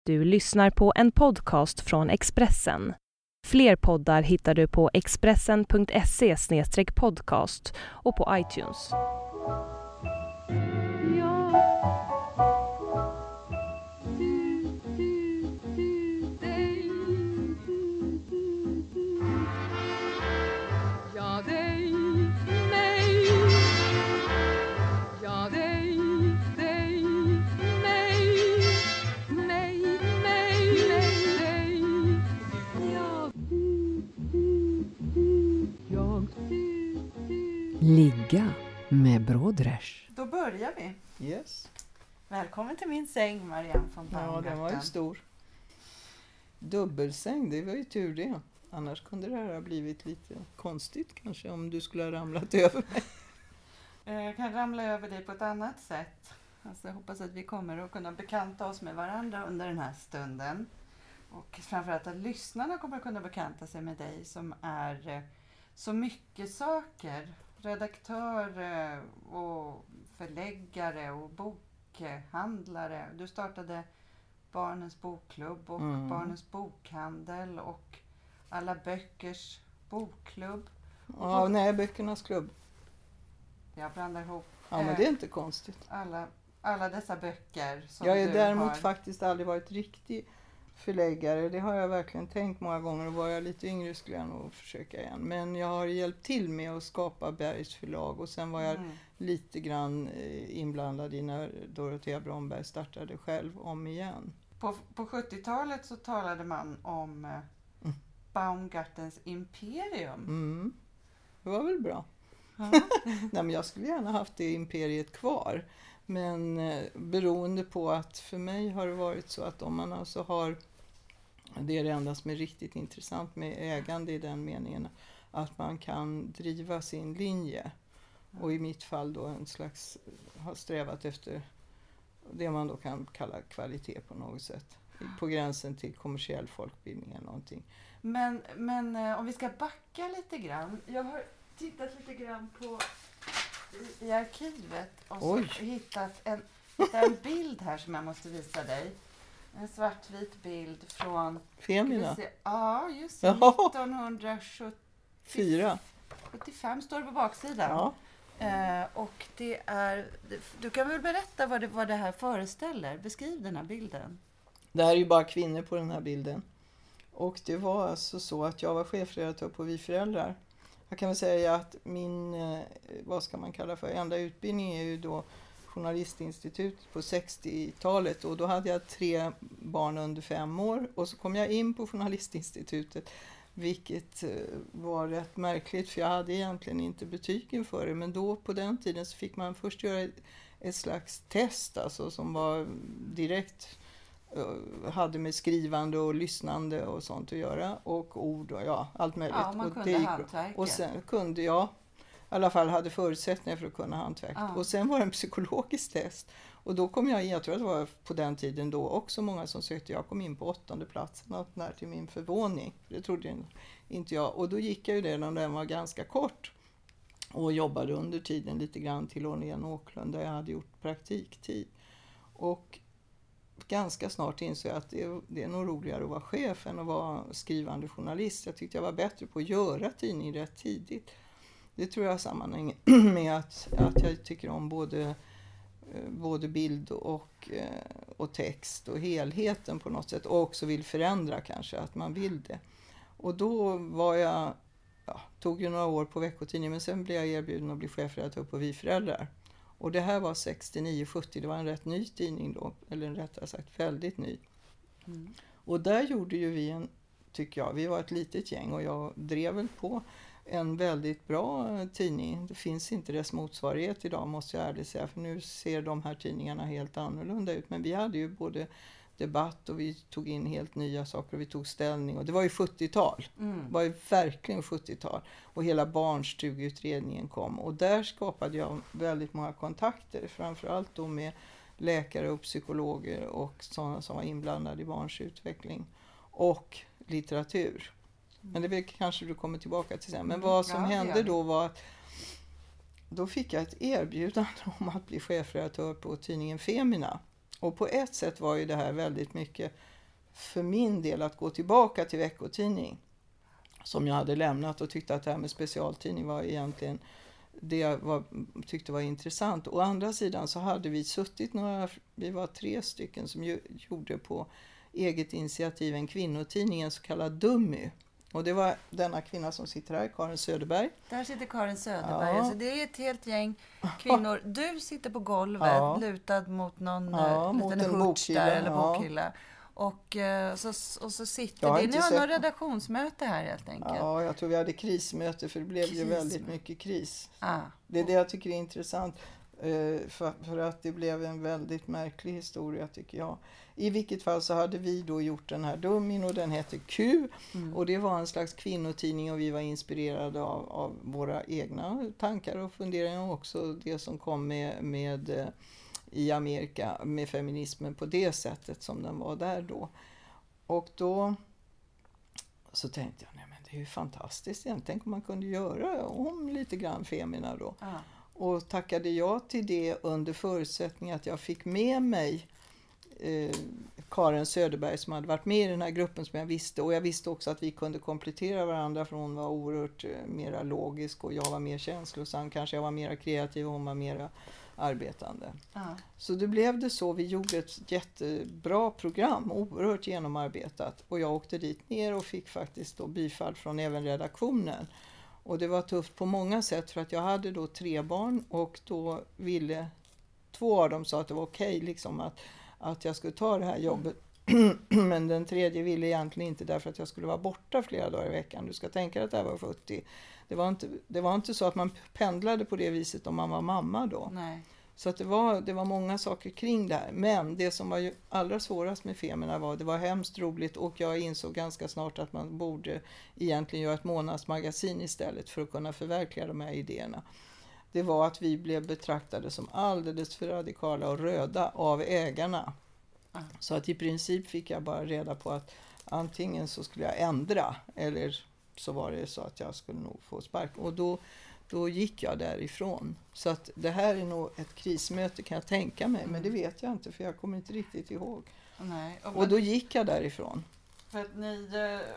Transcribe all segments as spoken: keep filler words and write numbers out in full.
Du lyssnar på en podcast från Expressen. Fler poddar hittar du på expressen punkt se slash podcast och på iTunes. Ligga med Brodrej. Då börjar vi. Yes. Välkommen till min säng, Marianne von Baumgarten. Ja, den var ju stor. Dubbelsäng, det var ju tur det. Annars kunde det här ha blivit lite konstigt kanske om du skulle ha ramlat över mig. Jag kan ramla över dig på ett annat sätt. Alltså, jag hoppas att vi kommer att kunna bekanta oss med varandra under den här stunden. Och framförallt att lyssnarna kommer att kunna bekanta sig med dig som är så mycket saker. Redaktör och förläggare och bokhandlare. Du startade Barnens bokklubb och mm. Barnens bokhandel och Alla böckers bokklubb. Ja, och nej, böckernas klubb. Jag blandar ihop. Ja, men det är inte konstigt. Alla, alla dessa böcker som jag är du däremot har. faktiskt aldrig varit riktig förläggare. Det har jag verkligen tänkt många gånger, och var jag lite yngre skulle jag nog försöka igen. Men jag har hjälpt till med att skapa Bergs förlag, och sen var jag mm. lite grann inblandad i när Dorotea Bromberg startade själv om igen. På, på sjuttiotalet så talade man om eh, mm. Baumgartens imperium. Mm. Det var väl bra. Ja. Nej, men jag skulle gärna haft det imperiet kvar. Men eh, beroende på att för mig har det varit så att om man alltså har, det är det enda som är riktigt intressant med ägande i den meningen, att man kan driva sin linje. Mm. Och i mitt fall då en slags, har strävat efter det man då kan kalla kvalitet på något sätt. På gränsen till kommersiell folkbildning eller någonting. Men, men eh, om vi ska backa lite grann. Jag har tittat lite grann på i, i arkivet och så hittat en, hittat en bild här som jag måste visa dig. En svartvit bild från Femina. Ja, just ja. nittonhundrasjuttiofyra. sjuttiofem står det på baksidan. Ja. Eh, och det är, du kan väl berätta vad det, vad det här föreställer? Beskriv den här bilden. Det här är ju bara kvinnor på den här bilden. Och det var alltså så att jag var chefredaktör på Vi föräldrar. Jag kan väl säga att min, vad ska man kalla för, enda utbildning är ju då journalistinstitut på sextiotalet. Och då hade jag tre barn under fem år. Och så kom jag in på journalistinstitutet. Vilket var rätt märkligt, för jag hade egentligen inte betygen för det. Men då på den tiden så fick man först göra ett, ett slags test, alltså, som var direkt, hade med skrivande och lyssnande och sånt att göra. Och ord och ja, allt möjligt. Ja, man och kunde det, hantverket. Och sen kunde jag, i alla fall hade förutsättningar för att kunna hantverket. Ja. Och sen var det en psykologisk test. Och då kom jag in, jag tror att det var på den tiden då också många som sökte. Jag kom in på åttonde platsen, något när till min förvåning. Det trodde inte jag. Och då gick jag ju det när den var ganska kort. Och jobbade under tiden lite grann till Åhlén Åklund, där jag hade gjort praktiktid. Och ganska snart insåg jag att det är, det är nog roligare att vara chef än att vara skrivande journalist. Jag tyckte jag var bättre på att göra tidning rätt tidigt. Det tror jag sammanhänger med att, att jag tycker om både, både bild och, och text och helheten på något sätt. Och också vill förändra kanske, att man vill det. Och då var jag, ja, tog ju några år på veckotidningen, men sen blev jag erbjuden att bli chefredaktör på Vi föräldrar. Och det här var sextionio sjuttio, det var en rätt ny tidning då, eller en rättare sagt väldigt ny. Mm. Och där gjorde ju vi en, tycker jag, vi var ett litet gäng och jag drev väl på en väldigt bra tidning. Det finns inte dess motsvarighet idag, måste jag ärligt säga, för nu ser de här tidningarna helt annorlunda ut. Men vi hade ju både debatt och vi tog in helt nya saker och vi tog ställning. Och det var ju sjuttiotal. Mm. Det var ju verkligen sjuttiotal. Och hela barnstugeutredningen kom. Och där skapade jag väldigt många kontakter. Framförallt då med läkare och psykologer och sådana som var inblandade i barns utveckling. Och litteratur. Mm. Men det vill kanske du kommer tillbaka till sen. Men mm. vad som ja, hände då var att då fick jag ett erbjudande om att bli chefredaktör på tidningen Femina. Och på ett sätt var ju det här väldigt mycket för min del att gå tillbaka till veckotidning som jag hade lämnat och tyckte att det här med specialtidning var egentligen det jag var, tyckte var intressant. Å andra sidan så hade vi suttit några, vi var tre stycken som ju, gjorde på eget initiativ en kvinnotidning, en så kallad Dummy. Och det var denna kvinna som sitter här, Karin Söderberg. Där sitter Karin Söderberg. Ja. Alltså det är ett helt gäng kvinnor. Du sitter på golvet, ja. lutad mot någon ja, liten mot en hurts där, eller ja. bokhylla. Och, eh, så, och så sitter Jag har det. inte Ni har sett- något redaktionsmöte här helt enkelt. Ja, jag tror vi hade krismöte för det blev ju Krismöte. väldigt mycket kris. Ah. Det är det jag tycker är intressant. eh, För, för att det blev en väldigt märklig historia tycker jag. I vilket fall så hade vi då gjort den här Dummin och den hette Q. Mm. Och det var en slags kvinnotidning och vi var inspirerade av, av våra egna tankar och funderingar och också det som kom med, med eh, i Amerika med feminismen på det sättet som den var där då. Och då så tänkte jag, nej men det är ju fantastiskt egentligen. Tänk om man kunde göra om lite grann Femina då. Ah. Och tackade jag till det under förutsättning att jag fick med mig eh, Karin Söderberg som hade varit med i den här gruppen som jag visste. Och jag visste också att vi kunde komplettera varandra för hon var oerhört eh, mera logisk och jag var mer känslosam. Kanske jag var mera kreativ och hon var mera arbetande. Ah. Så det blev det så. Vi gjorde ett jättebra program, oerhört genomarbetat. Och jag åkte dit ner och fick faktiskt då bifall från även redaktionen. Och det var tufft på många sätt för att jag hade då tre barn och då ville två av dem sa att det var okej liksom att, att jag skulle ta det här jobbet. Men den tredje ville egentligen inte därför att jag skulle vara borta flera dagar i veckan. Du ska tänka dig att det här var fyrtio. Det var inte, det var inte så att man pendlade på det viset om man var mamma då. Nej. Så att det, var, det var många saker kring det här. Men det som var ju allra svårast med Femina var det var hemskt roligt och jag insåg ganska snart att man borde egentligen göra ett månadsmagasin istället för att kunna förverkliga de här idéerna. Det var att vi blev betraktade som alldeles för radikala och röda av ägarna. Ah. Så att i princip fick jag bara reda på att antingen så skulle jag ändra eller så var det så att jag skulle nog få spark. Och då, då gick jag därifrån. Så att det här är nog ett krismöte kan jag tänka mig. Men det vet jag inte för jag kommer inte riktigt ihåg. Nej. Och, Och då gick jag därifrån. för att ni... eh,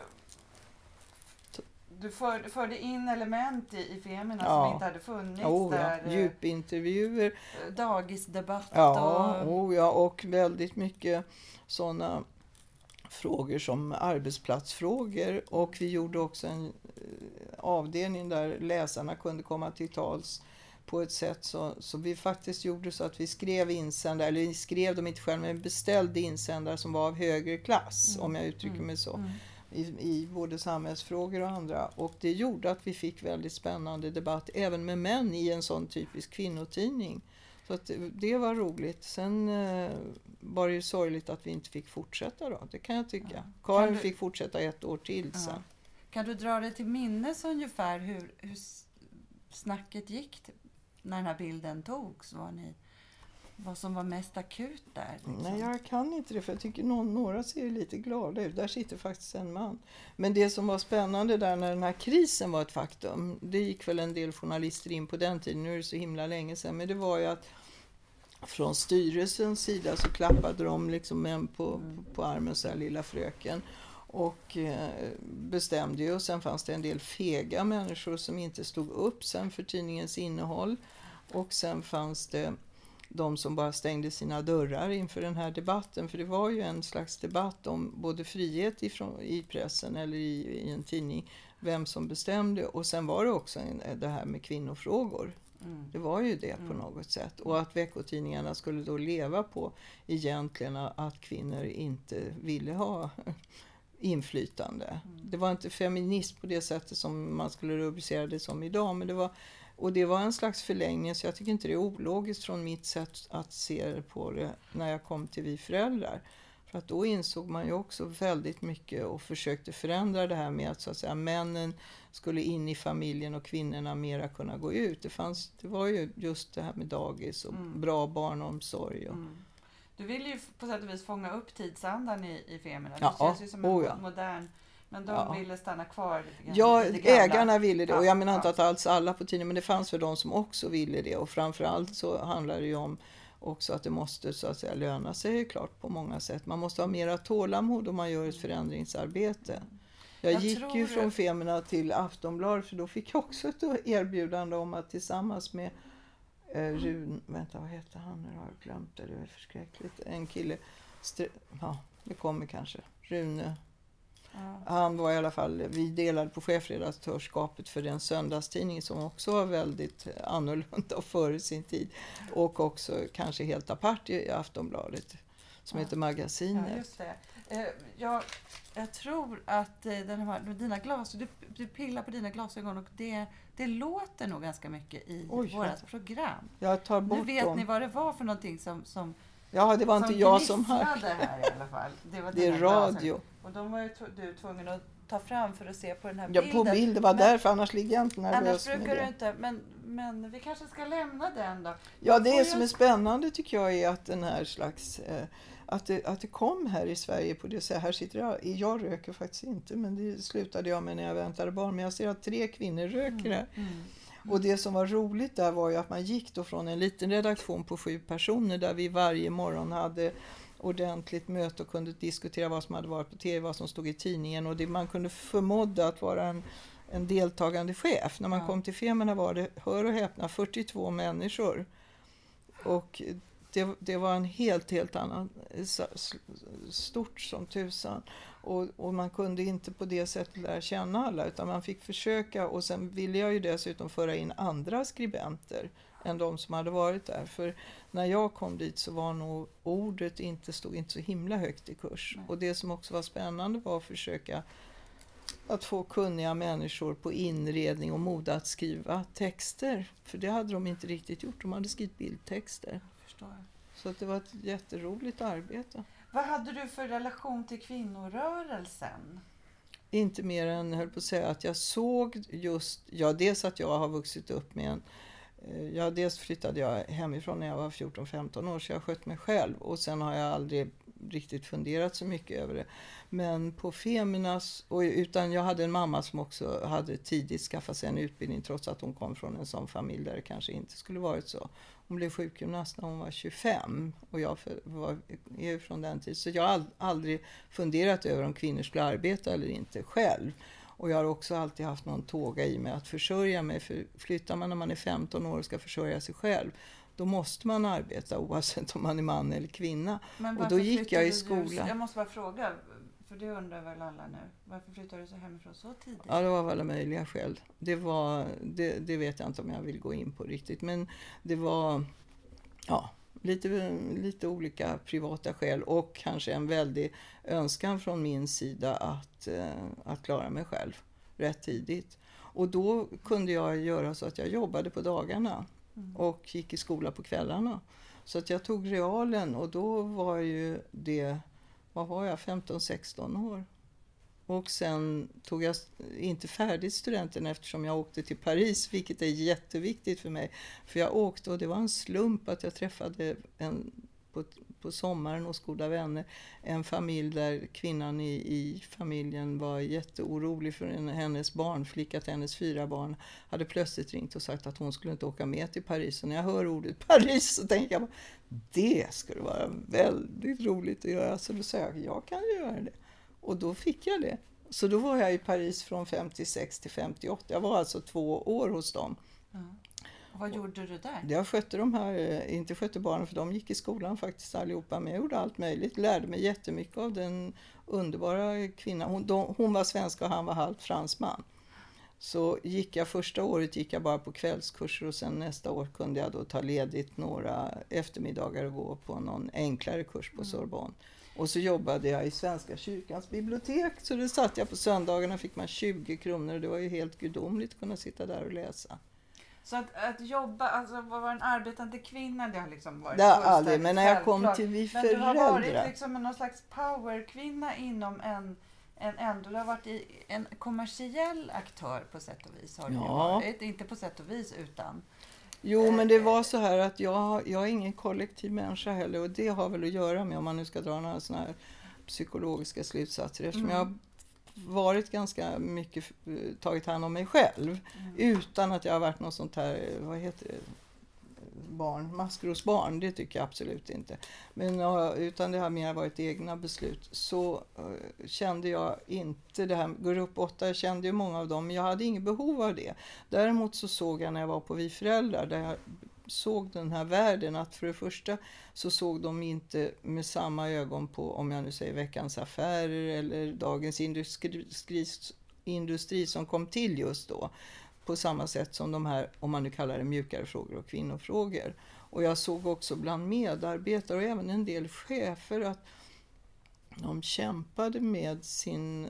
Du för, förde in element i, i Femina Ja. som inte hade funnits Oh, ja. där. eh, Djupintervjuer. Dagisdebatt Ja, och... oh, ja, och väldigt mycket sådana frågor som arbetsplatsfrågor. Och vi gjorde också en eh, avdelning där läsarna kunde komma till tals på ett sätt så, så vi faktiskt gjorde så att vi skrev insändare, eller vi skrev dem inte själva men beställde insändare som var av högre klass, Mm. om jag uttrycker mig så. Mm. I, i både samhällsfrågor och andra. Och det gjorde att vi fick väldigt spännande debatt även med män i en sån typisk kvinnotidning. Så att det, det var roligt. Sen eh, var det ju sorgligt att vi inte fick fortsätta då. Det kan jag tycka. Ja. Karin du- fick fortsätta ett år till Ja. sen. Kan du dra dig till minnes ungefär hur, hur s- snacket gick till, när den här bilden togs? Var ni, vad som var mest akut där? Liksom? Nej, jag kan inte det för jag tycker någon, några ser lite glada ut. Där sitter faktiskt en man. Men det som var spännande där när den här krisen var ett faktum, det gick väl en del journalister in på den tiden, nu är det så himla länge sedan, men det var ju att från styrelsens sida så klappade de liksom en på, Mm. på armen så här, lilla fröken. Och eh, bestämde ju, och sen fanns det en del fega människor som inte stod upp sen för tidningens innehåll. Och sen fanns det de som bara stängde sina dörrar inför den här debatten. För det var ju en slags debatt om både frihet ifrån, i pressen eller i, i en tidning, vem som bestämde. Och sen var det också en, det här med kvinnofrågor. Mm. Det var ju det på Mm. något sätt. Och att veckotidningarna skulle då leva på egentligen att kvinnor inte ville ha inflytande. Mm. Det var inte feminism på det sättet som man skulle rubricera det som idag. Men det var, och det var en slags förlängning, så jag tycker inte det är ologiskt från mitt sätt att se på det när jag kom till Vi föräldrar. För att då insåg man ju också väldigt mycket och försökte förändra det här med att, så att säga, männen skulle in i familjen och kvinnorna mera kunna gå ut. Det, fanns, det var ju just det här med dagis och Mm. bra barnomsorg. Och, Mm. Du vill ju på sätt och vis fånga upp tidsandan i, i Femina. Det Ja, känns ju som en oh ja. modern... Men de Ja. ville stanna kvar lite grann Ja, i det gamla. ägarna ville det. Och Ja, jag menar inte ja. att alls alla på tidningen, men det fanns för de som också ville det. Och framförallt så handlar det ju om också att det måste så att säga löna sig klart på många sätt. Man måste ha mera tålamod om man gör ett förändringsarbete. Jag, jag gick ju från Femina till Aftonbladet, för då fick jag också ett erbjudande om att tillsammans med eh, Run, vänta vad heter han nu, jag har glömt det, det är förskräckligt, en kille, st- ja det kommer kanske, Rune. Ja. Han var i alla fall, vi delade på chefredaktörskapet för den söndagstidning som också var väldigt annorlunda och före sin tid. Och också kanske helt apart i Aftonbladet som ja. heter Magasinet. Ja, just det. Eh, jag, jag tror att eh, den här, dina glas, du, du pillar på dina glasögon och det, det låter nog ganska mycket i vårt program. Jag tar bort nu vet dem. ni vad det var för någonting som... som Ja, det var inte jag som hade. här i alla fall. Det, var det är radio. Glasen. Och de var ju t- du tvungen att ta fram för att se på den här ja, bilden. Ja, på bild. Det var men, därför, annars ligger jag inte nervös annars med brukar det. Du inte, men, men vi kanske ska lämna den då. Ja, det jag... som är spännande tycker jag är att den här slags... Eh, att, det, att det kom här i Sverige på det sättet. Här sitter jag. Jag röker faktiskt inte, men det slutade jag med när jag väntade barn. Men jag ser att tre kvinnor röker här. Mm, mm. Och det som var roligt där var ju att man gick då från en liten redaktion på sju personer där vi varje morgon hade ordentligt möte och kunde diskutera vad som hade varit på tv, vad som stod i tidningen, och det man kunde förmådde att vara en, en deltagande chef. När man ja. kom till Femina var det, hör och häpna, fyrtiotvå människor. Och det, det var en helt, helt annan, stort som tusan. Och, och man kunde inte på det sättet lära känna alla, utan man fick försöka, och sen ville jag ju dessutom föra in andra skribenter än de som hade varit där. För när jag kom dit så var nog ordet inte, stod inte så himla högt i kurs. Nej. Och det som också var spännande var att försöka att få kunniga människor på inredning och mode att skriva texter. För det hade de inte riktigt gjort, de hade skrivit bildtexter. Jag förstår. Så att det var ett jätteroligt arbete. Vad hade du för relation till kvinnorörelsen? Inte mer än, höll på att säga, att jag såg just, ja dels att jag har vuxit upp med en, ja dels flyttade jag hemifrån när jag var fjorton femton år, så jag skött mig själv, och sen har jag aldrig riktigt funderat så mycket över det. Men på Feminas, och utan jag hade en mamma som också hade tidigt skaffat sig en utbildning trots att hon kom från en sån familj där det kanske inte skulle varit så. Hon blev sjukgymnast när hon var tjugofem och jag var, är ju från den tiden. Så jag har aldrig funderat över om kvinnor skulle arbeta eller inte själv. Och jag har också alltid haft någon tåga i mig att försörja mig. För flyttar man när man är femton år och ska försörja sig själv, då måste man arbeta oavsett om man är man eller kvinna. Och då gick jag i skolan. Jag måste bara fråga, för det undrar väl alla nu. Varför flyttade du så hemifrån så tidigt? Ja, det var av alla möjliga skäl. Det, var, det, det vet jag inte om jag vill gå in på riktigt. Men det var ja, lite, lite olika privata skäl. Och kanske en väldig önskan från min sida att, att klara mig själv rätt tidigt. Och då kunde jag göra så att jag jobbade på dagarna. Mm. Och gick i skola på kvällarna. Så att jag tog realen, och då var ju det, vad var jag, femton sexton år. Och sen tog jag inte färdigt studenten eftersom jag åkte till Paris, vilket är jätteviktigt för mig. För jag åkte, och det var en slump att jag träffade en, på, på sommaren hos goda vänner en familj där kvinnan i, i familjen var jätteorolig för en, hennes barnflicka, att hennes fyra barn hade plötsligt ringt och sagt att hon skulle inte åka med till Paris. Och när jag hör ordet Paris så tänker jag, det skulle vara väldigt roligt att göra. Så då sa jag, jag kan göra det. Och då fick jag det. Så då var jag i Paris från femtiosex till femtioåtta. Jag var alltså två år hos dem. Ja. Och vad gjorde du där? Jag skötte de här, inte skötte barnen för de gick i skolan faktiskt allihopa. Men jag gjorde allt möjligt. Lärde mig jättemycket av den underbara kvinnan. Hon, de, hon var svenska och han var halvt fransman. Så gick jag första året gick jag bara på kvällskurser, och sen nästa år kunde jag då ta ledigt några eftermiddagar och gå på någon enklare kurs på mm. Sorbonne. Och så jobbade jag i Svenska kyrkans bibliotek, så det satt jag på söndagarna, fick man tjugo kronor, och det var ju helt gudomligt att kunna sitta där och läsa. Så att, att jobba, alltså vara en arbetande kvinna, det har liksom varit det har aldrig, men när jag kom till vi föräldrar. Men du har varit liksom någon slags powerkvinna inom en, en ändå, du har varit i en kommersiell aktör på sätt och vis, har du ja. varit, inte på sätt och vis utan... Jo, men det var så här att jag, jag är ingen kollektiv människa heller, och det har väl att göra med, om man nu ska dra några såna här psykologiska slutsatser, eftersom mm. jag har varit ganska mycket tagit hand om mig själv mm. utan att jag har varit något sånt här, vad heter det, barn, maskrosbarn, det tycker jag absolut inte. Men utan det har mer varit egna beslut. Så uh, kände jag inte det här, grupp åtta, jag kände ju många av dem, men jag hade inget behov av det. Däremot så såg jag när jag var på Vi föräldrar, där jag såg den här världen, att för det första så såg de inte med samma ögon på, om jag nu säger Veckans Affärer eller Dagens Industri, industri som kom till just då, på samma sätt som de här, om man nu kallar det mjukare frågor och kvinnofrågor. Och jag såg också bland medarbetare och även en del chefer att de kämpade med sin,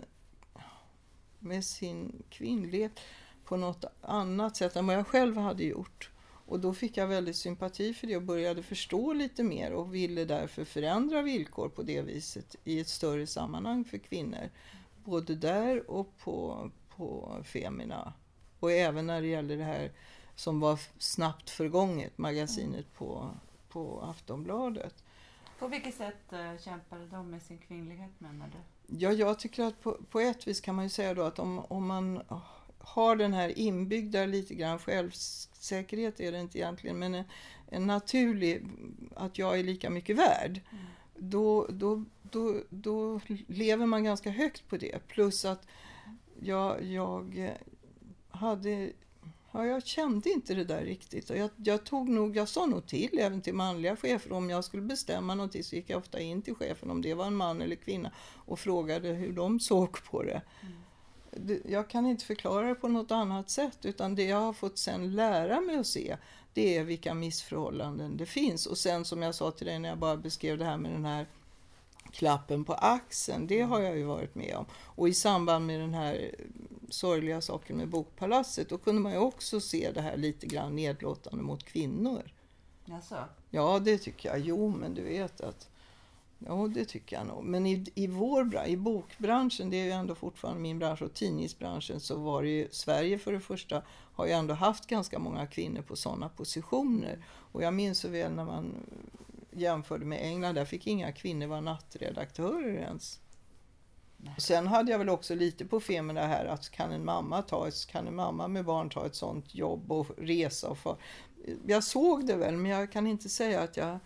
med sin kvinnlighet på något annat sätt än vad jag själv hade gjort. Och då fick jag väldigt sympati för det och började förstå lite mer och ville därför förändra villkor på det viset i ett större sammanhang för kvinnor. Både där och på, på Femina. Och även när det gäller det här som var snabbt förgånget, magasinet på, på Aftonbladet. På vilket sätt uh, kämpade de med sin kvinnlighet, menar du? Ja, jag tycker att på, på ett vis kan man ju säga då att om, om man har den här inbyggda lite grann självsäkerhet, är det inte egentligen, men en, en naturlig att jag är lika mycket värd, mm. då, då, då, då lever man ganska högt på det. Plus att jag, jag hade... Ja, jag kände inte det där riktigt. Och jag, jag tog nog, jag sa nog till även till manliga chefer. Om jag skulle bestämma någonting så gick jag ofta in till chefen, om det var en man eller kvinna, och frågade hur de såg på det. Mm. det jag kan inte förklara det på något annat sätt, utan det jag har fått sen lära mig att se, det är vilka missförhållanden det finns. Och sen som jag sa till dig när jag bara beskrev det här med den här klappen på axeln, det har jag ju varit med om. Och i samband med den här sorgliga saken med Bokpalatset, då kunde man ju också se det här lite grann nedlåtande mot kvinnor. Jaså? Ja, det tycker jag. Jo, men du vet att... Ja, det tycker jag nog. Men i, i vår i bokbranschen, det är ju ändå fortfarande min bransch, och tidningsbranschen, så var det ju, Sverige för det första har ju ändå haft ganska många kvinnor på sådana positioner. Och jag minns så väl när man jämförde med England, där fick inga kvinnor vara nattredaktörer ens. Och sen hade jag väl också lite på Femina här, att kan en mamma ta ett, kan en mamma med barn ta ett sånt jobb och resa och för... Jag såg det väl, men jag kan inte säga att jag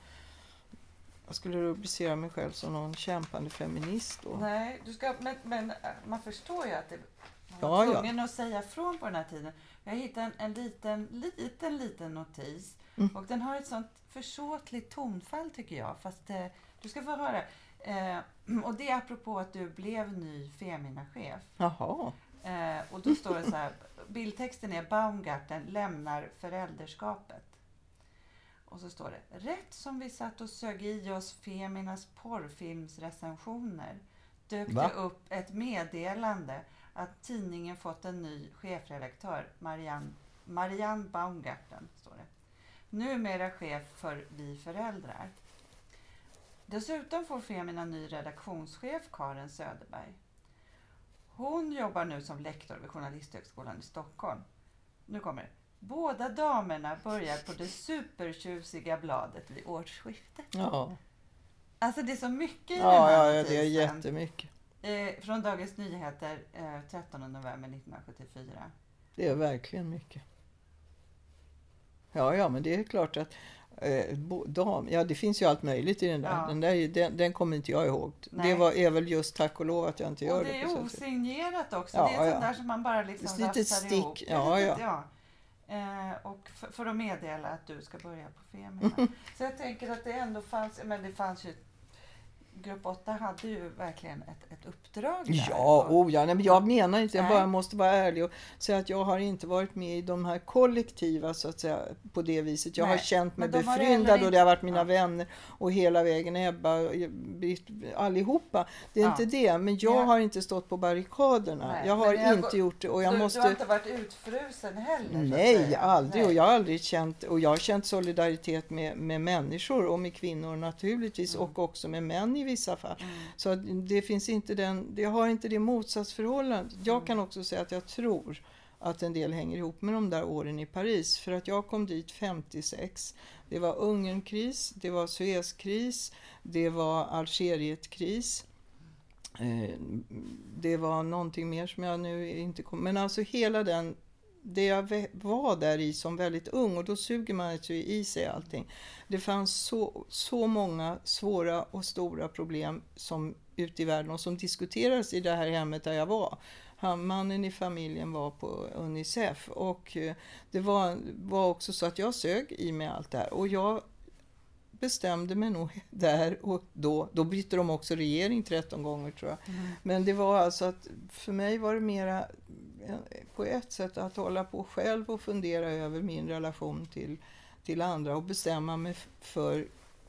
jag skulle rubricera mig själv som någon kämpande feminist då. Nej, du ska, men, men man förstår ju att det man var ja, tvungen ja. att säga från på den här tiden. Jag hittade en, en liten, liten, liten notis. Mm. Och den har ett sånt försåtligt tonfall tycker jag. Fast eh, du ska få höra. Eh, och det är apropå att du blev ny Femina-chef. Jaha. Eh, och då står det så här. Bildtexten är: Baumgarten lämnar förälderskapet. Och så står det: rätt som vi satt och sög i oss Feminas porrfilmsrecensioner dök Va? det upp ett meddelande att tidningen fått en ny chefredaktör, Marianne, Marianne Baumgarten, står det. Numera chef för Vi föräldrar. Dessutom får Femina ny redaktionschef, Karin Söderberg. Hon jobbar nu som lektor vid Journalisthögskolan i Stockholm. Nu kommer det. Båda damerna börjar på det supertjusiga bladet vid årsskiftet. Ja. Alltså det är så mycket i ja, den här ja, ja, det är jättemycket. Eh, från Dagens Nyheter eh, trettonde november nittonhundrasjuttiofyra. Det är verkligen mycket. Ja, ja, men det är klart att eh, dam, ja, det finns ju allt möjligt i den där. Ja. Den, där den, den kommer inte jag ihåg. Nej. Det var, är väl just tack och lov att jag inte gör det. Och det är osignerat också. Ja, det är ja. sånt där som man bara liksom det är lite rafsar stick. ihop. Ja, ja. ja. Eh, och för, för att meddela att du ska börja på Femina. Mm. Så jag tänker att det ändå fanns, men det fanns ju, grupp åtta hade ju verkligen ett, ett uppdrag där. Ja, oh ja, nej, men jag menar inte, jag nej. bara måste vara ärlig och säga att jag har inte varit med i de här kollektiva så att säga på det viset. Jag nej. har känt mig befryndad inte... och det har varit mina ja. vänner och hela vägen Ebba, Britt, allihopa. Det är ja. inte det, men jag ja. har inte stått på barrikaderna. Nej, jag har jag inte gå... gjort det och jag du, måste... Du har inte varit utfrusen heller? Nej, aldrig. Nej. Och jag har aldrig känt, och jag har känt solidaritet med, med människor och med kvinnor naturligtvis mm. och också med män i vissa fall. Mm. Så att det finns inte den, det har inte det motsatsförhållandet. Jag mm. kan också säga att jag tror att en del hänger ihop med de där åren i Paris. För att jag kom dit femtiosex. Det var Ungernkris, det var Suezkris, det var Algerietkris. Eh, det var någonting mer som jag nu inte kommer... Men alltså hela den det jag var där i som väldigt ung, och då suger man ju i sig allting. Det fanns så, så många svåra och stora problem som ute i världen och som diskuterades i det här hemmet där jag var. Han, mannen i familjen var på Unicef, och det var, var också så att jag sög i mig allt det här, och jag bestämde mig nog där och då. Då bytte de också regering tretton gånger tror jag. Mm. Men det var alltså att för mig var det mera på ett sätt att hålla på själv och fundera över min relation till, till andra och bestämma mig för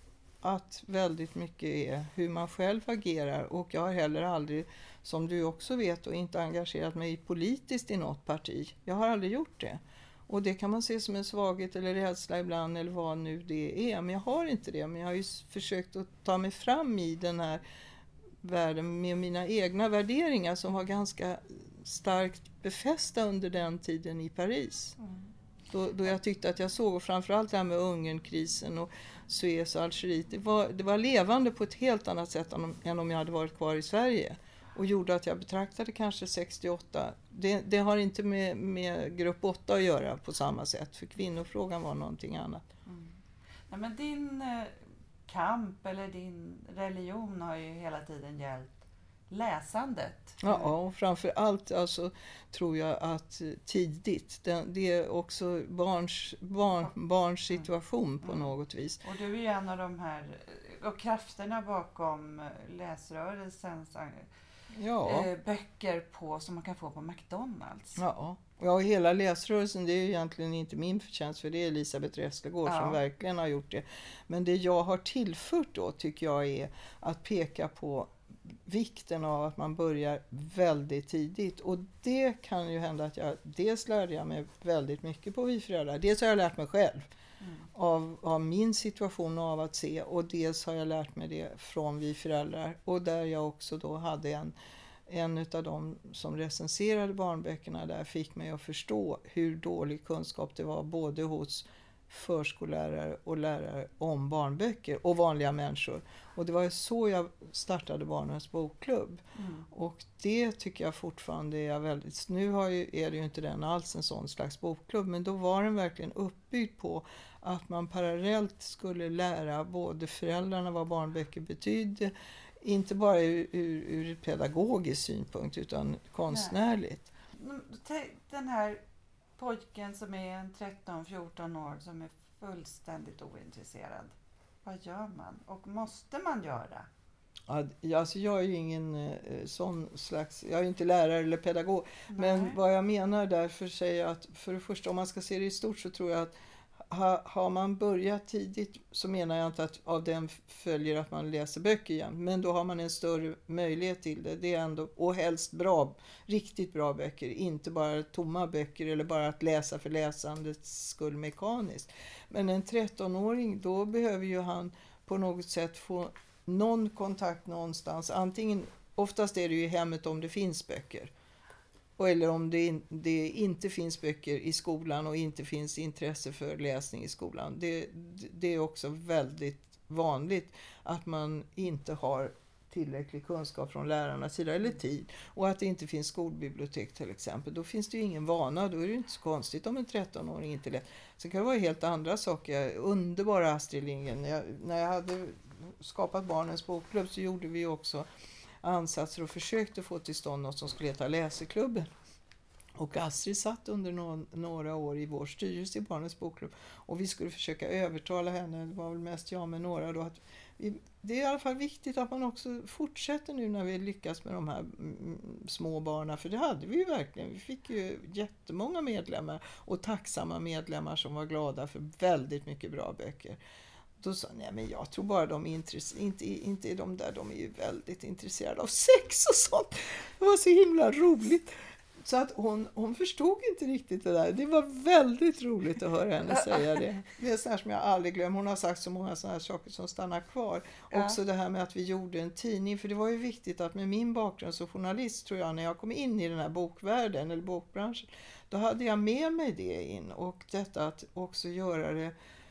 att väldigt mycket är hur man själv agerar. Och jag har heller aldrig, som du också vet, och inte engagerat mig politiskt i något parti. Jag har aldrig gjort det. Och det kan man se som en svaghet eller rädsla ibland eller vad nu det är. Men jag har inte det. Men jag har ju försökt att ta mig fram i den här världen med mina egna värderingar som var ganska starkt befästa under den tiden i Paris. Mm. Då, då jag tyckte att jag såg, och framförallt det här med Ungernkrisen och Suez och Algeriet, det var, det var levande på ett helt annat sätt än om, än om jag hade varit kvar i Sverige. Och gjorde att jag betraktade kanske sextioåtta. Det, det har inte med, med grupp åtta att göra på samma sätt. För kvinnofrågan var någonting annat. Mm. Ja, men din eh, kamp eller din religion har ju hela tiden gällt läsandet. Ja, och framför allt alltså, tror jag att tidigt. Det, det är också barns, barn, barns situation på mm. något vis. Och du är ju en av de här och krafterna bakom läsrörelsens ja. eh, böcker på, som man kan få på McDonalds. Ja, ja, och hela läsrörelsen, det är ju egentligen inte min förtjänst, för det är Elisabeth Restlegård ja. som verkligen har gjort det. Men det jag har tillfört då tycker jag är att peka på vikten av att man börjar väldigt tidigt. Och det kan ju hända att jag, dels lärde jag mig väldigt mycket på Vi föräldrar. Dels har jag lärt mig själv mm. av, av min situation och av att se. Och dels har jag lärt mig det från Vi föräldrar. Och där jag också då hade en, en av dem som recenserade barnböckerna där fick mig att förstå hur dålig kunskap det var både hos förskollärare och lärare om barnböcker och vanliga människor. Och det var så jag startade Barnens bokklubb. Mm. Och det tycker jag fortfarande är väldigt... Nu har ju, är det ju inte den alls en sån slags bokklubb, men då var den verkligen uppbyggd på att man parallellt skulle lära både föräldrarna vad barnböcker betydde, inte bara ur, ur, ur pedagogisk synpunkt utan konstnärligt. Nej. Den här pojken som är en tretton fjorton år som är fullständigt ointresserad. Vad gör man? Och måste man göra? Ja, alltså jag är ju ingen eh, sån slags... Jag är ju inte lärare eller pedagog. Nej. Men vad jag menar därför säger jag att för det första, om man ska se det i stort, så tror jag att ha, har man börjat tidigt, så menar jag inte att av den följer att man läser böcker igen. Men då har man en större möjlighet till det. Det är ändå, och helst bra, riktigt bra böcker. Inte bara tomma böcker eller bara att läsa för läsandets skull mekaniskt. Men en tretton-åring, då behöver ju han på något sätt få någon kontakt någonstans. Antingen, oftast är det ju i hemmet om det finns böcker. Eller om det, in, det inte finns böcker i skolan och inte finns intresse för läsning i skolan. Det, det är också väldigt vanligt att man inte har tillräcklig kunskap från lärarnas sida eller tid. Och att det inte finns skolbibliotek till exempel. Då finns det ju ingen vana. Då är det inte så konstigt om en tretton-åring inte läser. Så kan det vara helt andra saker. Underbara Astrid Lindgren. Jag, när jag hade skapat Barnens bokklubb så gjorde vi också ansatser och försökte få till stånd något som skulle heta Läseklubben. Och Astrid satt under no- några år i vår styrelse i Barnens bokklubb. Och vi skulle försöka övertala henne, det var väl mest jag med några då, att vi, det är i alla fall viktigt att man också fortsätter nu när vi lyckas med de här mm, små barnen. För det hade vi ju verkligen. Vi fick ju jättemånga medlemmar och tacksamma medlemmar som var glada för väldigt mycket bra böcker. Då sa nej men jag tror bara de är intresserade, inte, inte är de där, de är ju väldigt intresserade av sex och sånt. Det var så himla roligt. Så att hon, hon förstod inte riktigt det där. Det var väldigt roligt att höra henne säga det. Det är sånt här som jag aldrig glömmer. Hon har sagt så många sådana här saker som stannar kvar. Ja. Också det här med att vi gjorde en tidning. För det var ju viktigt att med min bakgrund som journalist, tror jag, när jag kom in i den här bokvärlden eller bokbranschen, då hade jag med mig det in. Och detta att också göra det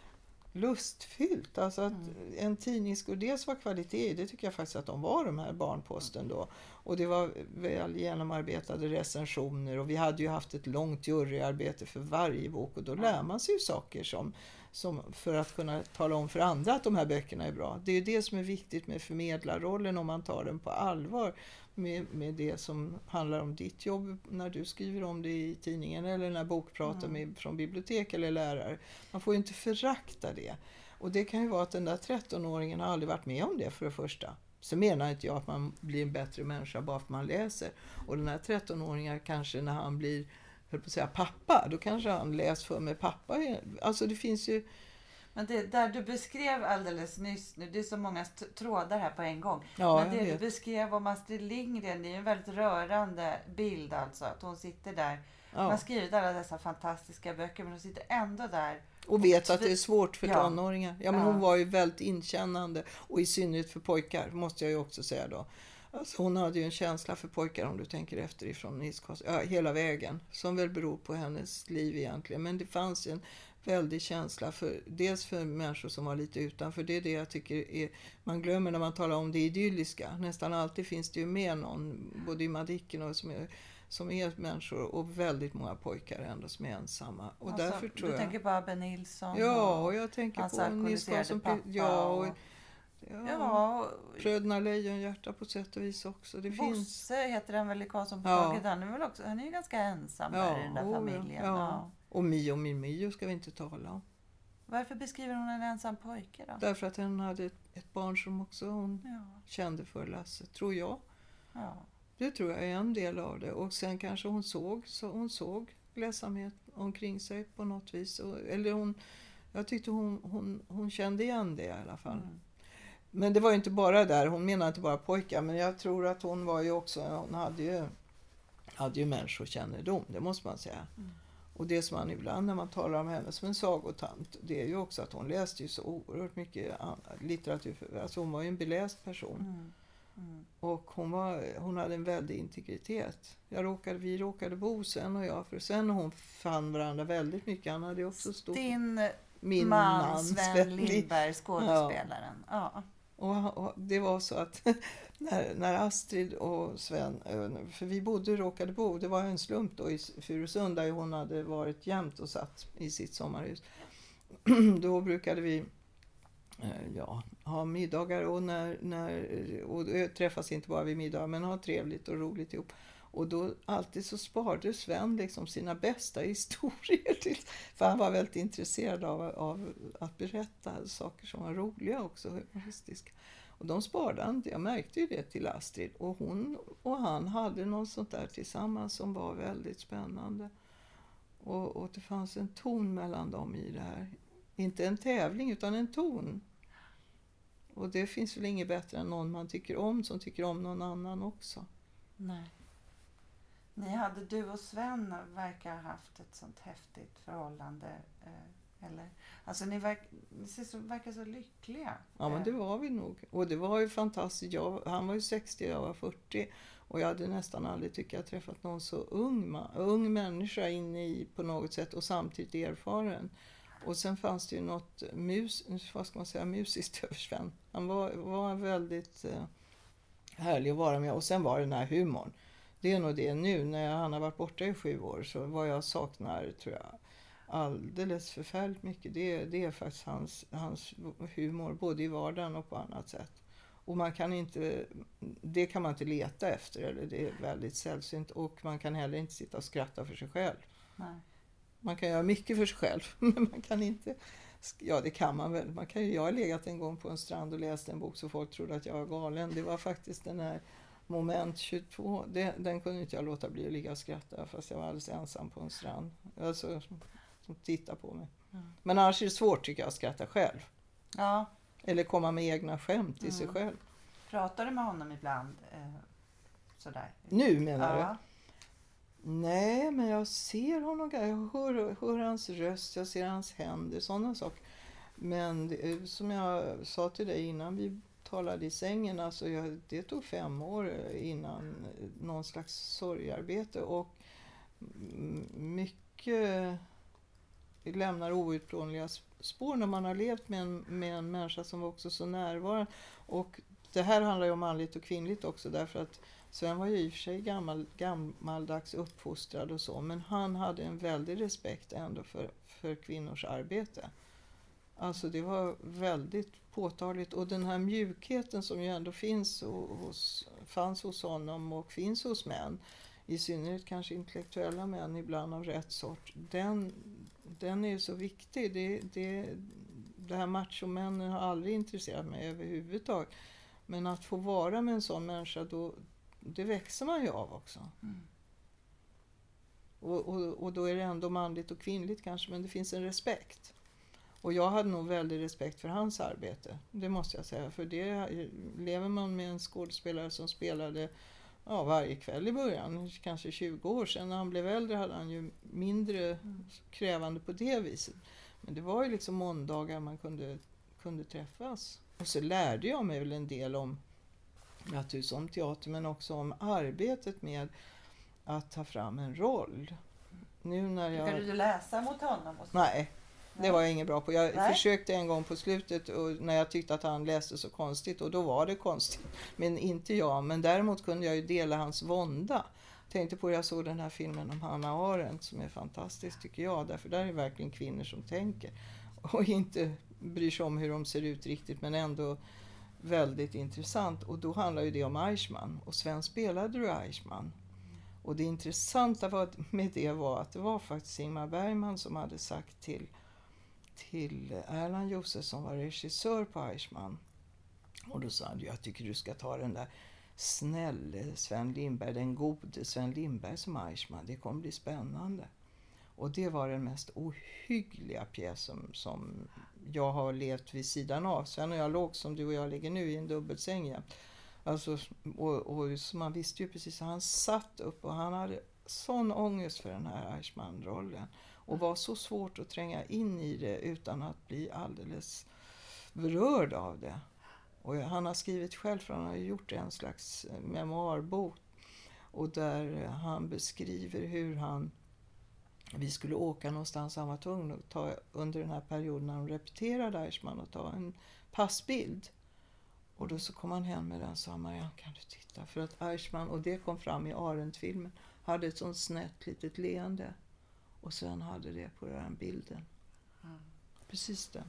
lustfyllt. Alltså att Mm. en tidning skulle dels vara kvalitet, det tycker jag faktiskt att de var, de här Barnposten då. Och det var väl genomarbetade recensioner och vi hade ju haft ett långt juryarbete för varje bok och då Ja. lär man sig ju saker som, som för att kunna tala om för andra att de här böckerna är bra. Det är ju det som är viktigt med förmedlarrollen om man tar den på allvar med, med det som handlar om ditt jobb när du skriver om det i tidningen eller när bokpratar Mm. med från bibliotek eller lärare. Man får ju inte förakta det. Och det kan ju vara att den där trettonåringen har aldrig varit med om det för det första. Så menar inte jag att man blir en bättre människa bara för att man läser. Och den här trettonåringen kanske när han blir, höll på att säga, pappa, då kanske han läser för med pappa. Alltså det finns ju... Men det där du beskrev alldeles nyss nu, det är så många st- trådar här på en gång. Ja, Men jag det du vet. beskrev om Astrid Lindgren, det är en väldigt rörande bild alltså. Att hon sitter där. Man Ja. har skrivit alla dessa fantastiska böcker men hon sitter ändå där. Och vet att det är svårt för Ja. tonåringar. Ja, men Ja. hon var ju väldigt inkännande. Och i synnerhet för pojkar, måste jag ju också säga då. Alltså hon hade ju en känsla för pojkar om du tänker efter ifrån Nils Karlsson. Ja, hela vägen. Som väl beror på hennes liv egentligen. Men det fanns ju en väldig känsla för, dels för människor som var lite utanför. Det är det jag tycker är, man glömmer när man talar om det idylliska. Nästan alltid finns det ju med någon, både i Madicken och som är, som är människor och väldigt många pojkar ändå som är ensamma. Och Alltså, därför tror du jag... tänker på Abbe Nilsson. Ja, och och jag tänker hans på Nils alkoholiserade Karlsson. pappa. Ja, och, och, ja, ja, och Bröderna Lejonhjärta på sätt och vis också. Det finns... Bosse heter han väl i Karlsson på Ja. taket. Han är väl också, han är ju ganska ensam Ja, där i den där oh, ja, familjen. ja. Ja. Och Mio min Mio ska vi inte tala om. Varför beskriver hon en ensam pojke då? Därför att hon hade ett, ett barn som också hon Ja, kände för Lasse, tror jag. ja. Det tror jag är en del av det. Och sen kanske hon såg, så hon såg ledsamhet omkring sig på något vis. Och, eller hon, jag tyckte hon, hon, hon kände igen det i alla fall. Mm. Men det var ju inte bara där, hon menar inte bara pojkar, men jag tror att hon var ju också, hon hade ju, hade ju människokännedom, det måste man säga. Mm. Och det som man ibland när man talar om henne som en sagotant, det är ju också att hon läste ju så oerhört mycket litteratur, alltså hon var ju en beläst person. Mm. Mm. Och hon, var, hon hade en väldig integritet. Jag råkade, vi råkade bo sen och jag, för sen och hon fann varandra väldigt mycket, han hade ju också stått Din min man, man Sven Sven Lindberg, skådespelaren. Ja. Och, och det var så att när, när Astrid och Sven, för vi bodde råkade bo, det var en slump då i Furusund där hon hade varit jämt och satt i sitt sommarhus. Då brukade vi ja, ha middagar och, när, när, och träffas inte bara vid middag men ha trevligt och roligt ihop. Och då alltid så sparade Sven liksom sina bästa historier till, för han var väldigt intresserad av, av att berätta saker som var roliga också, humoristiska. Och de sparade han, jag märkte ju det till Astrid. Och hon och han hade något sånt där tillsammans som var väldigt spännande. Och, och det fanns en ton mellan dem i det här. Inte en tävling utan en ton. Och det finns väl inget bättre än någon man tycker om som tycker om någon annan också. Nej. Ni hade, du och Sven verkar ha haft ett sånt häftigt förhållande. Eh, eller? Alltså ni, verk, ni ser så, verkar så lyckliga. Ja, men det var vi nog. Och det var ju fantastiskt. Jag, han var ju sextio, jag var fyrtio. Och jag hade nästan aldrig tyckt jag träffat någon så ung, man, ung människa inne i på något sätt och samtidigt erfaren. Och sen fanns det ju något mus, vad ska man säga, musiskt över Sven. Han var, var väldigt eh, härlig att vara med. Och sen var det den här humorn. Det är nog det nu, när han har varit borta i sju år, så vad jag saknar tror jag alldeles förfärligt mycket. Det, det är faktiskt hans, hans humor, både i vardagen och på annat sätt. Och man kan inte, det kan man inte leta efter, eller det är väldigt sällsynt. Och man kan heller inte sitta och skratta för sig själv. Nej. Man kan göra mycket för sig själv, men man kan inte, ja det kan man väl. Man kan ju, jag har legat en gång på en strand och läst en bok så folk trodde att jag var galen. Det var faktiskt den här Moment tjugotvå, det, den kunde inte jag låta bli att ligga och skratta fast jag var alldeles ensam på en strand. Alltså, som, som tittar på mig. Mm. Men annars är det svårt tycker jag att skratta själv. Ja. Eller komma med egna skämt i Mm. sig själv. Pratar du med honom ibland? Eh, sådär? Nu menar Ja. du? Nej, men jag ser honom, jag hör, hör hans röst, jag ser hans händer, sådana saker. Men det, som jag sa till dig innan vi talade i sängen, alltså jag, det tog fem år innan någon slags sorgarbete och mycket lämnar outplånliga spår när man har levt med en, med en människa som var också så närvarande. Och det här handlar ju om manligt och kvinnligt också, därför att Sven var ju i och för sig gammal, gammaldags uppfostrad och så, men han hade en väldig respekt ändå för, för kvinnors arbete. Alltså det var väldigt påtagligt, och den här mjukheten som ju ändå finns hos, fanns hos honom och finns hos män, i synnerhet kanske intellektuella män ibland av rätt sort, den, den är ju så viktig. Det, det, det här machomännen har aldrig intresserat mig överhuvudtaget. Men att få vara med en sån människa, då, det växer man ju av också. Mm. Och, och, och då är det ändå manligt och kvinnligt kanske, men det finns en respekt. Och jag hade nog väldigt respekt för hans arbete, det måste jag säga. För det lever man med en skådespelare som spelade ja, varje kväll i början, kanske tjugo år sedan. När han blev äldre hade han ju mindre mm. krävande på det viset. Men det var ju liksom måndagar man kunde, kunde träffas. Och så lärde jag mig väl en del om, naturligtvis om teater, men också om arbetet med att ta fram en roll. Nu när jag... Kan du läsa mot honom? Och så? Nej. Det var jag ingen bra på. Jag Nej. försökte en gång på slutet och när jag tyckte att han läste så konstigt, och då var det konstigt. Men inte jag. Men däremot kunde jag ju dela hans vånda. Tänkte på att jag såg den här filmen om Hannah Arendt som är fantastisk tycker jag. Därför där är verkligen kvinnor som tänker. Och inte bryr sig om hur de ser ut riktigt, men ändå väldigt intressant. Och då handlar ju det om Eichmann. Och Sven spelade ju Eichmann. Och det intressanta med det var att det var faktiskt Ingmar Bergman som hade sagt till till Erland Josef som var regissör på Eichmann. Och då sa han, jag tycker du ska ta den där snälle Sven Lindberg, den gode Sven Lindberg som Eichmann. Det kommer bli spännande. Och det var den mest ohyggliga pjäs som, som jag har levt vid sidan av. Sven och jag låg som du och jag ligger nu i en dubbelsäng igen. Alltså, och, och så man visste ju precis att han satt upp och han hade sån ångest för den här Eichmann-rollen. Och var så svårt att tränga in i det utan att bli alldeles berörd av det. Och han har skrivit själv, för han har gjort en slags memoarbok. Och där han beskriver hur han, vi skulle åka någonstans, han var tvungen att ta under den här perioden när de repeterade Eichmann och ta en passbild. Och då så kom han hem med den och sa, Marianne kan du titta? För att Eichmann, och det kom fram i Arendt-filmen, hade ett sånt snett litet leende. Och sen hade det på den bilden. Mm. Precis det.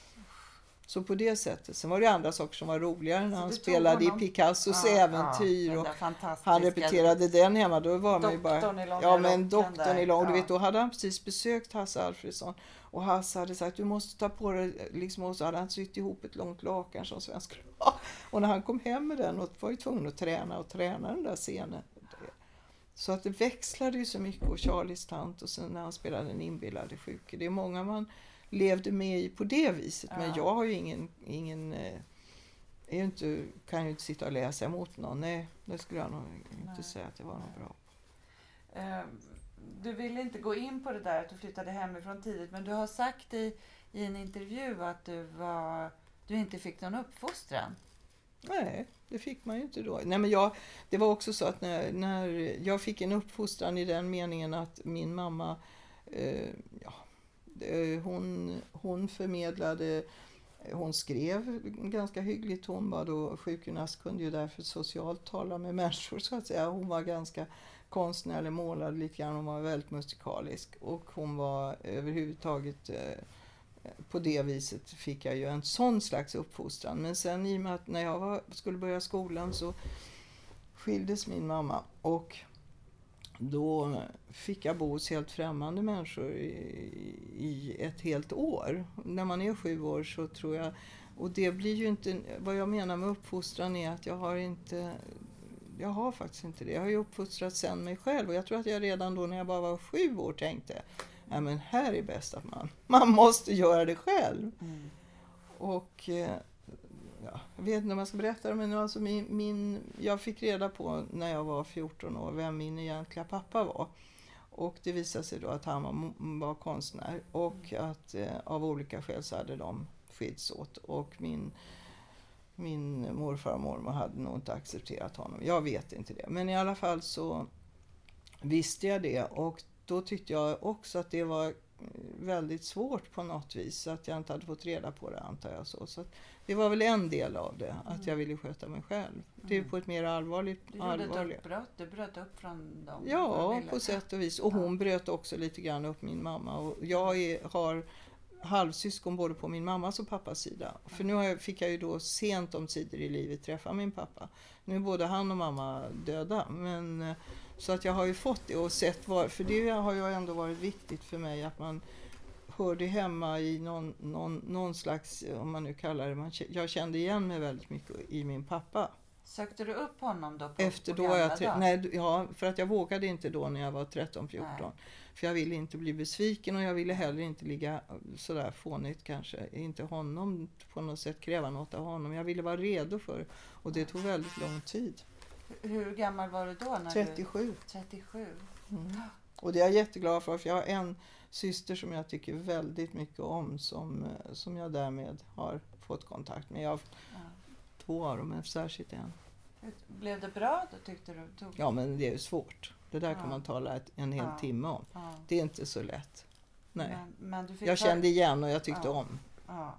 Så på det sättet. Sen var det andra saker som var roligare när han spelade honom i Picassos ja, äventyr. Ja, och han repeterade den hemma. Då var man ju bara... Ja, men doktorn i lång. Ja. Du vet, då hade han precis besökt Hasse Alfredson. Och Hasse hade sagt, du måste ta på dig... Liksom, och så hade han sytt ihop ett långt lakan som svensk skulle ha. Och när han kom hem med den och var ju tvungen att träna och träna den där scenen. Så att det växlade ju så mycket, och Charlies tant och sen när han spelade den inbillade sjuke. Det är många man levde med i på det viset. Ja. Men jag har ju ingen, ingen är ju inte, kan ju inte sitta och läsa emot någon. Nej, det skulle jag nog inte Nej. säga att det var något bra. Uh, du ville inte gå in på det där att du flyttade hemifrån tidigt, men du har sagt i, i en intervju att du, var, du inte fick någon uppfostran. Nej, det fick man ju inte då. Nej, men jag, det var också så att när, när jag fick en uppfostran i den meningen att min mamma, eh, ja, hon, hon förmedlade, hon skrev ganska hyggligt. Hon var då sjukgymnast, kunde ju därför socialt tala med människor så att säga. Hon var ganska konstnärlig, målad lite grann, hon var väldigt musikalisk. Och hon var överhuvudtaget... Eh, på det viset fick jag ju en sån slags uppfostran. Men sen i och med att när jag var, skulle börja skolan så skildes min mamma. Och då fick jag bo hos helt främmande människor i, i ett helt år. När man är sju år så tror jag... Och det blir ju inte... Vad jag menar med uppfostran är att jag har inte... Jag har faktiskt inte det. Jag har ju uppfostrat sen mig själv. Och jag tror att jag redan då när jag bara var sju år tänkte... Ja, men här är bäst att man, man måste göra det själv. Mm. Och ja, jag vet inte om jag ska berätta det, men alltså min, min, jag fick reda på när jag var fjorton år vem min egentliga pappa var. Och det visade sig då att han var, var konstnär och att eh, av olika skäl så hade de skilts åt. Och min, min morfar och mormor hade nog inte accepterat honom. Jag vet inte det. Men i alla fall så visste jag det, och då tyckte jag också att det var väldigt svårt på något vis. Så att jag inte hade fått reda på det, antar jag. Så, så att det var väl en del av det, att Mm. jag ville sköta mig själv. Det är Mm. på ett mer allvarligt... Du gjorde allvarligt. ett uppbrott, du bröt upp från dem. Ja, Ville- på sätt och vis. Och hon Ja. bröt också lite grann upp min mamma. Och jag är, har halvsyskon både på min mammas och pappas sida. För nu har jag, fick jag ju då sent om sidor i livet träffa min pappa. Nu är både han och mamma döda. Men, eh, så att jag har ju fått det och sett var, för det har ju ändå varit viktigt för mig att man hörde hemma i någon, någon, någon slags, om man nu kallar det, man, jag kände igen mig väldigt mycket i min pappa. Sökte du upp honom då på, Efter på då jag, gamla tre- dagar? nej, ja, för att jag vågade inte då när jag var tretton fjorton. Nej. För jag ville inte bli besviken och jag ville heller inte ligga sådär fånigt kanske. Inte honom på något sätt kräva något av honom. Jag ville vara redo för det. Och det tog väldigt lång tid. Hur gammal var du då? När trettiosju. Du, trettiosju. Mm. Och det är jag jätteglad för. För jag har en syster som jag tycker väldigt mycket om. Som, som jag därmed har fått kontakt med. Jag har Ja. två av dem, men särskilt en. Hur- Blev det bra då, tyckte du? Tog... Ja, men det är ju svårt. Det där kan Ja. man tala ett, en hel Ja. timme om. Ja. Det är inte så lätt. Nej. Men, men du fick Jag ta- kände igen och jag tyckte Ja. om. Ja.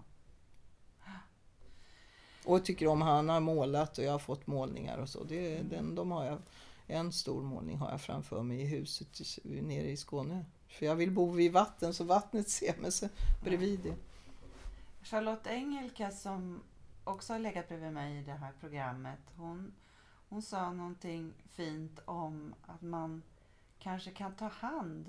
Och tycker om han har målat och jag har fått målningar och så. Det, Mm. den, de har jag, en stor målning har jag framför mig i huset i- nere i Skåne. För jag vill bo vid vatten så vattnet ser mig så bredvid det. Charlotte Engelka som också har legat bredvid mig i det här programmet. Hon, hon sa någonting fint om att man kanske kan ta hand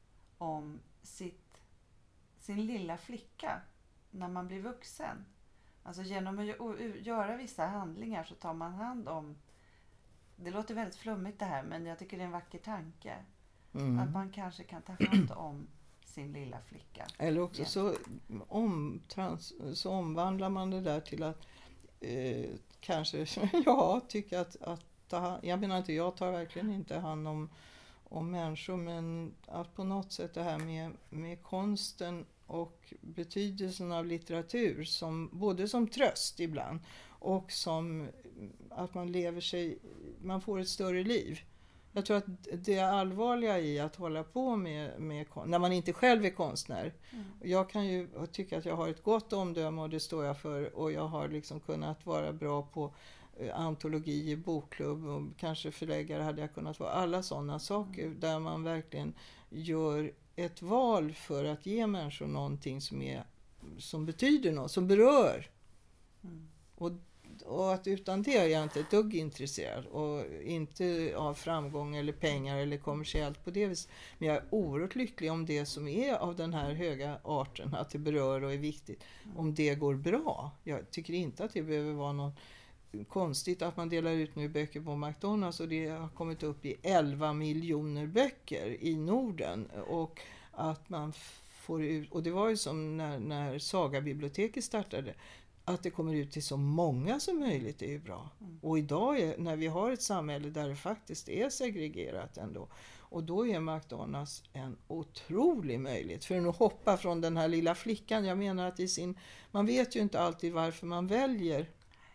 om sitt, sin lilla flicka när man blir vuxen. Alltså genom att gö- göra vissa handlingar så tar man hand om, det låter väldigt flummigt det här, men jag tycker det är en vacker tanke. Mm. Att man kanske kan ta hand om sin lilla flicka. Eller också Ja. så, om, trans, så omvandlar man det där till att eh, kanske, ja, tycka att, att ta, hand- jag menar inte, jag tar verkligen inte hand om, om människor, men att på något sätt det här med, med konsten och betydelsen av litteratur, som, både som tröst ibland och som att man lever sig, man får ett större liv. Jag tror att det allvarliga i att hålla på med, med kon- när man inte själv är konstnär. Mm. Jag kan ju tycka att jag har ett gott omdöme och det står jag för. Och jag har liksom kunnat vara bra på eh, antologi, bokklubb och kanske förläggare hade jag kunnat vara. Alla sådana saker där man verkligen gör ett val för att ge människor någonting som, är, som betyder något, som berör. Mm. Och Och att utan det är jag inte ett dugg intresserad. Och inte av framgång eller pengar eller kommersiellt på det viset. Men jag är oerhört lycklig om det som är av den här höga arten, att det berör och är viktigt. Om det går bra. Jag tycker inte att det behöver vara något konstigt att man delar ut nu böcker på McDonalds. Och det har kommit upp i elva miljoner böcker i Norden. Och att man får ut, och det var ju som när, när Saga-biblioteket startade. Att det kommer ut till så många som möjligt är ju bra. Mm. Och idag är, när vi har ett samhälle där det faktiskt är segregerat ändå. Och då är McDonalds en otrolig möjlighet. För att hoppa från den här lilla flickan. Jag menar att i sin, man vet ju inte alltid varför man väljer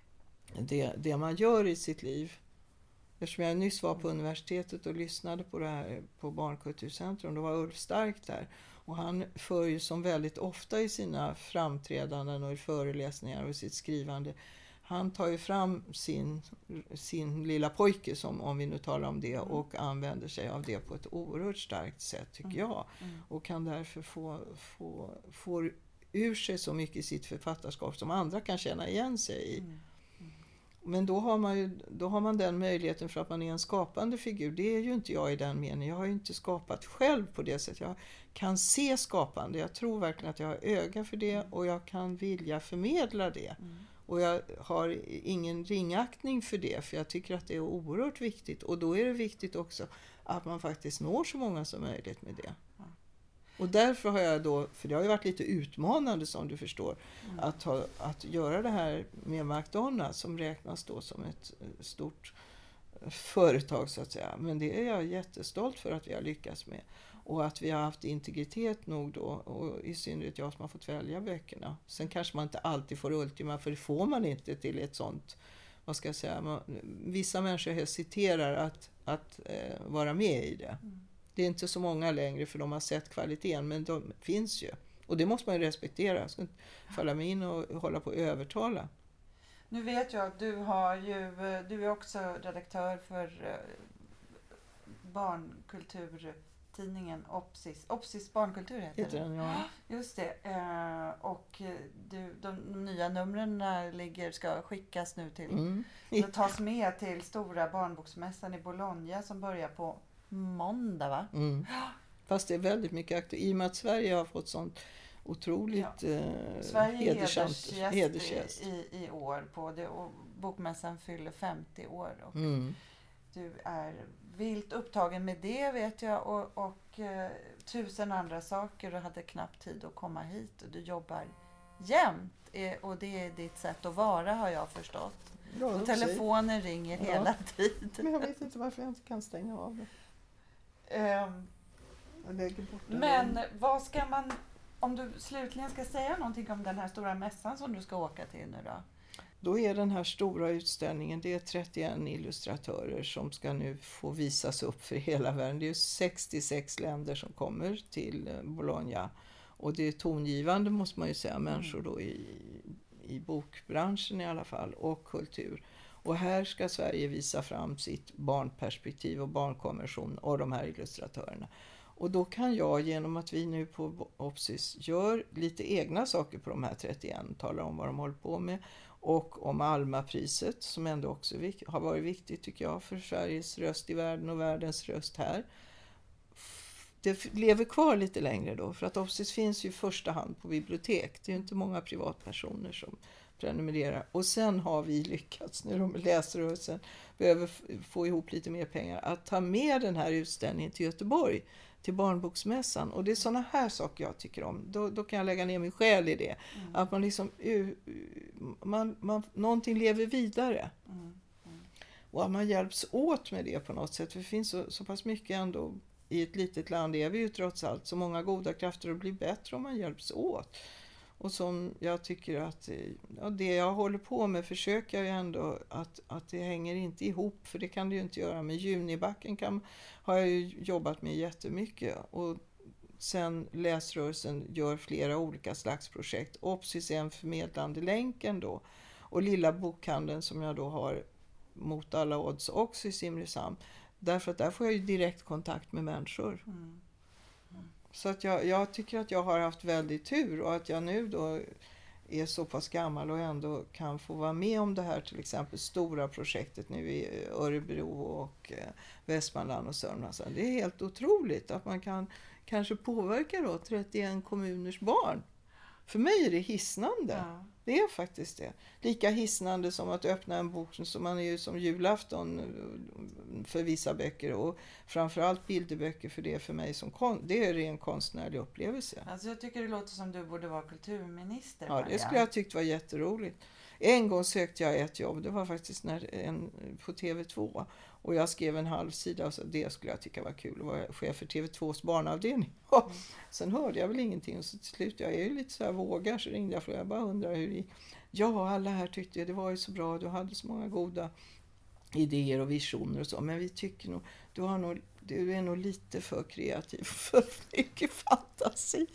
det, det man gör i sitt liv. Eftersom jag nyss var på universitetet och lyssnade på det här på Barnkulturcentrum. Då var Ulf Stark där. Och han för ju som väldigt ofta i sina framträdanden och i föreläsningar och i sitt skrivande. Han tar ju fram sin, sin lilla pojke, som, om vi nu talar om det, Mm. och använder sig av det på ett oerhört starkt sätt tycker Mm. jag. Mm. Och kan därför få, få, få ur sig så mycket i sitt författarskap som andra kan känna igen sig i. Mm. Men då har, man ju, då har man den möjligheten för att man är en skapande figur. Det är ju inte jag i den meningen. Jag har ju inte skapat själv på det sättet. Jag kan se skapande. Jag tror verkligen att jag har öga för det och jag kan vilja förmedla det. Mm. Och jag har ingen ringaktning för det, för jag tycker att det är oerhört viktigt. Och då är det viktigt också att man faktiskt når så många som möjligt med det. Ja. Och därför har jag då, för det har ju varit lite utmanande som du förstår, Mm. att, ha, att göra det här med McDonalds som räknas då som ett stort företag så att säga. Men det är jag jättestolt för att vi har lyckats med. Och att vi har haft integritet nog då, och i synnerhet jag som har fått välja böckerna. Sen kanske man inte alltid får ultima, för det får man inte till ett sånt, vad ska jag säga, man, vissa människor hesiterar att, att eh, vara med i det. Mm. Det är inte så många längre för de har sett kvaliteten, men de finns ju. Och det måste man ju respektera. Jag ska inte falla mig in och hålla på att övertala. Nu vet jag att du har ju, du är också redaktör för barnkulturtidningen Opsis. Opsis barnkultur heter, heter den. Ja. Just det. Och du, de nya numren ligger, ska skickas nu till, Mm. och tas med till stora barnboksmässan i Bologna som börjar på måndag, va? Mm. Fast det är väldigt mycket aktuellt. I och med att Sverige har fått sånt otroligt ja. eh, Sverige hedersamt hedersgäst i, i, i år på det, och bokmässan fyller femtio år. Och mm. du är vilt upptagen med det, vet jag, och, och eh, tusen andra saker. Du hade knappt tid att komma hit och du jobbar jämt. Eh, och det är ditt sätt att vara, har jag förstått. Ja, och telefonen sig. ringer ja. hela tiden. Men jag vet inte varför jag inte kan stänga av det. Um, men vad ska man, om du slutligen ska säga någonting om den här stora mässan som du ska åka till nu då? Då är den här stora utställningen, det är trettioen illustratörer som ska nu få visas upp för hela världen. Det är sextiosex länder som kommer till Bologna. Och det är tongivande, måste man ju säga, människor då i, i bokbranschen i alla fall, och kultur. Och här ska Sverige visa fram sitt barnperspektiv och barnkonvention och de här illustratörerna. Och då kan jag, genom att vi nu på Opsis gör lite egna saker på de här trettioen, talar om vad de håller på med, och om Alma-priset som ändå också har varit viktigt, tycker jag, för Sveriges röst i världen och världens röst här. Det lever kvar lite längre då, för att Opsis finns ju i första hand på bibliotek. Det är ju inte många privatpersoner som prenumererar. Och sen har vi lyckats, nu de läsrörelsen behöver få ihop lite mer pengar, att ta med den här utställningen till Göteborg, till barnboksmässan. Och det är såna här saker jag tycker om. Då, då kan jag lägga ner min själ i det. Mm. Att man liksom, man, man, någonting lever vidare. Mm. Mm. Och att man hjälps åt med det på något sätt. För det finns så, så pass mycket ändå. I ett litet land är vi ju trots allt så många goda krafter, och blir bättre om man hjälps åt. Och som jag tycker att ja, det jag håller på med försöker jag ju ändå att, att det hänger inte ihop, för det kan det ju inte göra. Med Junibacken kan, har jag ju jobbat med jättemycket, och sen läsrörelsen gör flera olika slags projekt. Opsis är en förmedlande länken då, och lilla bokhandeln som jag då har mot alla odds också i Simrishamn. Därför att där får jag ju direkt kontakt med människor. Mm. Mm. Så att jag, jag tycker att jag har haft väldigt tur, och att jag nu då är så pass gammal och ändå kan få vara med om det här, till exempel stora projektet nu i Örebro och eh, Västmanland och Sörmland. Det är helt otroligt att man kan kanske påverka då trettioen kommuners barn. För mig är det hisnande. Ja. Det är faktiskt det. Lika hisnande som att öppna en bok som man är ju som julafton för vissa böcker, och framförallt bilderböcker, för det är för mig som kon- det är en konstnärlig upplevelse. Alltså jag tycker det låter som du borde vara kulturminister. Ja, det skulle jag tyckt var jätteroligt. En gång sökte jag ett jobb, det var faktiskt när en, på T V två, och jag skrev en halv sida och så, det skulle jag tycka var kul att vara chef för T V tvås barnavdelning. Mm. Sen hörde jag väl ingenting, och så till slut, jag är ju lite så här vågar, så ringde jag för jag bara undrar hur det, ja, alla här tyckte det var ju så bra, du hade så många goda idéer och visioner och så, men vi tycker nog, du, har nog, du är nog lite för kreativ, för mycket fantasi.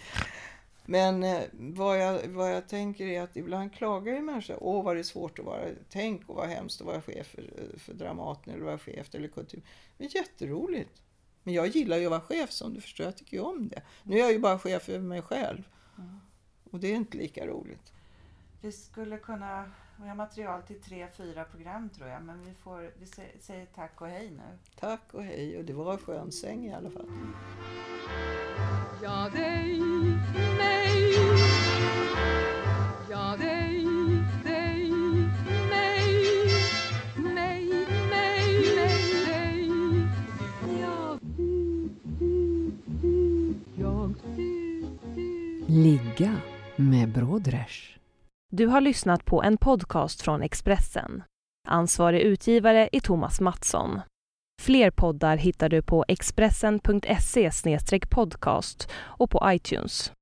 Men eh, vad, jag, vad jag tänker är att ibland klagar ju människor, åh vad det är svårt att vara, tänk och vad hemskt att vara chef för, för Dramaten eller vara chef eller kultur. Det är jätteroligt. Men jag gillar ju att vara chef, som du förstår, jag tycker ju om det. Nu är jag ju bara chef över mig själv. Mm. Och det är inte lika roligt. Vi skulle kunna, vi har material till tre, fyra program tror jag, men vi, får, vi säger tack och hej nu. Tack och hej, och det var en skön säng i alla fall. Ja, dig, nej. Ja, dig, dig, nej. Nej, nej, nej, nej. Ja, du, du, du. Jag, du, du. Ligga med Brodresh. Du har lyssnat på en podcast från Expressen. Ansvarig utgivare är Thomas Mattsson. Fler poddar hittar du på expressen punkt se slash podcast och på iTunes.